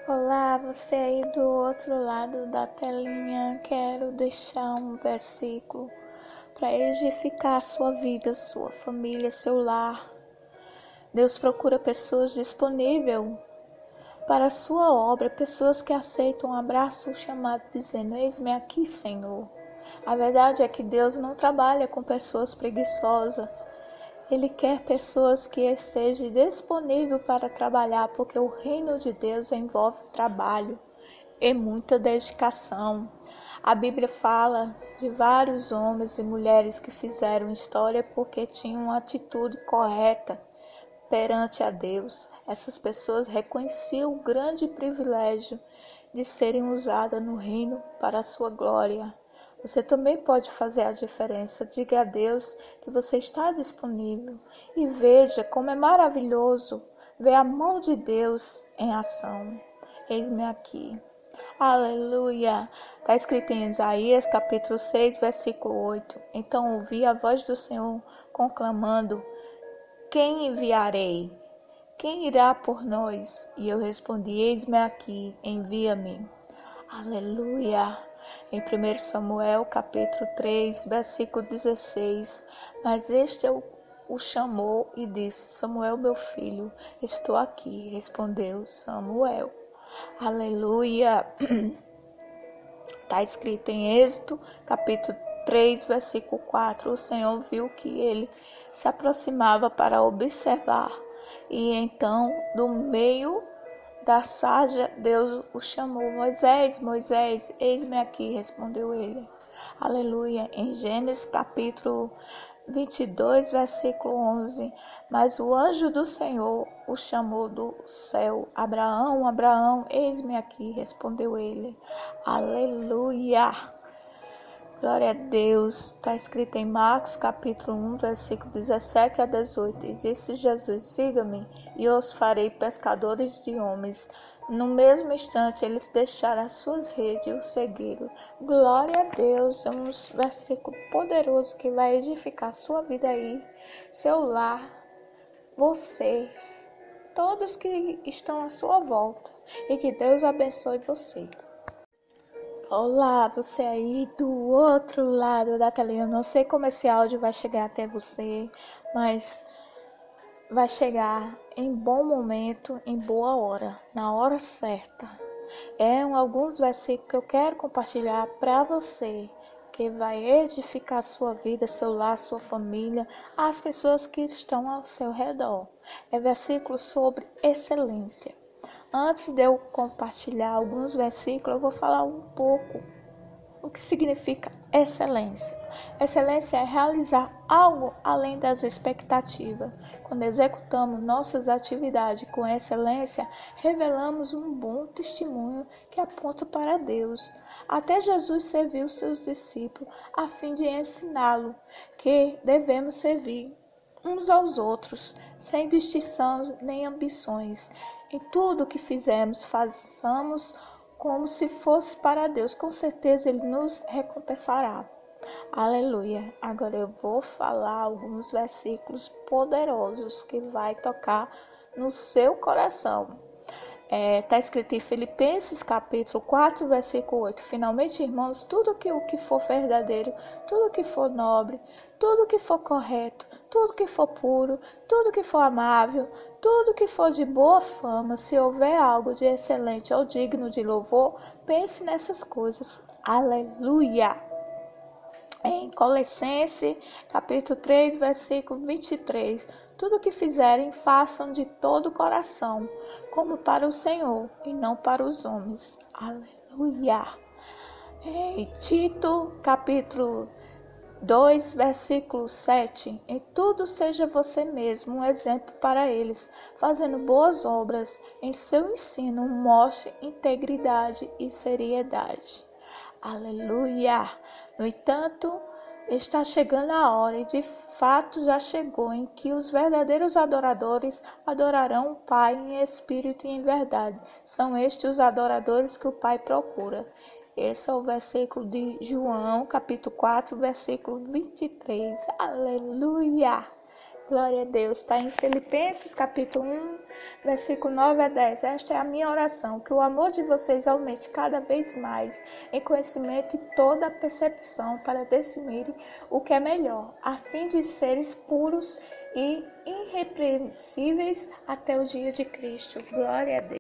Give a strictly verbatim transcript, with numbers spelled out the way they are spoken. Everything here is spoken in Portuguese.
Olá, você aí do outro lado da telinha. Quero deixar um versículo para edificar a sua vida, sua família, seu lar. Deus procura pessoas disponíveis para a sua obra, pessoas que aceitam um abraço, o chamado, dizendo: eis-me aqui, Senhor. A verdade é que Deus não trabalha com pessoas preguiçosas. Ele quer pessoas que estejam disponíveis para trabalhar, porque o reino de Deus envolve trabalho e muita dedicação. A Bíblia fala de vários homens e mulheres que fizeram história porque tinham uma atitude correta perante a Deus. Essas pessoas reconheciam o grande privilégio de serem usadas no reino para a sua glória. Você também pode fazer a diferença. Diga a Deus que você está disponível e veja como é maravilhoso ver a mão de Deus em ação. Eis-me aqui. Aleluia! Está escrito em Isaías capítulo seis, versículo oito. Então ouvi a voz do Senhor conclamando: quem enviarei? Quem irá por nós? E eu respondi: eis-me aqui, envia-me. Aleluia! Em primeiro Samuel, capítulo três, versículo dezesseis. Mas este o, o chamou e disse: Samuel, meu filho, estou aqui. Respondeu Samuel. Aleluia! Está escrito em Êxodo, capítulo três, versículo quatro. O Senhor viu que ele se aproximava para observar. E então, do meio da sarja, Deus o chamou: Moisés, Moisés, eis-me aqui, respondeu ele. Aleluia. Em Gênesis capítulo vinte e dois, versículo onze. Mas o anjo do Senhor o chamou do céu: Abraão, Abraão, eis-me aqui, respondeu ele. Aleluia. Glória a Deus. Está escrito em Marcos capítulo um, versículo dezessete a dezoito. E disse Jesus: siga-me e eu os farei pescadores de homens. No mesmo instante eles deixaram as suas redes e o seguiram. Glória a Deus. É um versículo poderoso que vai edificar sua vida aí, seu lar, você, todos que estão à sua volta. E que Deus abençoe você. Olá, você aí do outro lado da telinha. Eu não sei como esse áudio vai chegar até você, mas vai chegar em bom momento, em boa hora, na hora certa. É um, alguns versículos que eu quero compartilhar para você, que vai edificar sua vida, seu lar, sua família, as pessoas que estão ao seu redor. É versículo sobre excelência. Antes de eu compartilhar alguns versículos, eu vou falar um pouco o que significa excelência. Excelência é realizar algo além das expectativas. Quando executamos nossas atividades com excelência, revelamos um bom testemunho que aponta para Deus. Até Jesus serviu seus discípulos a fim de ensiná-lo que devemos servir uns aos outros, sem distinção nem ambições. Em tudo o que fizermos, façamos como se fosse para Deus. Com certeza Ele nos recompensará. Aleluia. Agora eu vou falar alguns versículos poderosos que vai tocar no seu coração. Está é, escrito em Filipenses capítulo quatro, versículo oito. Finalmente, irmãos, tudo que, o que for verdadeiro, tudo que for nobre, tudo que for correto, tudo que for puro, tudo que for amável, tudo que for de boa fama, se houver algo de excelente ou digno de louvor, pense nessas coisas. Aleluia! Em Colossenses capítulo três, versículo vinte e três. Tudo o que fizerem, façam de todo o coração, como para o Senhor e não para os homens. Aleluia! Em Tito, capítulo dois, versículo sete. Em tudo seja você mesmo um exemplo para eles, fazendo boas obras. Em seu ensino, mostre integridade e seriedade. Aleluia! No entanto, está chegando a hora, e de fato já chegou, em que os verdadeiros adoradores adorarão o Pai em espírito e em verdade. São estes os adoradores que o Pai procura. Esse é o versículo de João, capítulo quatro, versículo vinte e três. Aleluia! Glória a Deus. Está em Filipenses capítulo um, versículo nove a dez. Esta é a minha oração, que o amor de vocês aumente cada vez mais em conhecimento e toda a percepção para decidirem o que é melhor, a fim de seres puros e irrepreensíveis até o dia de Cristo. Glória a Deus.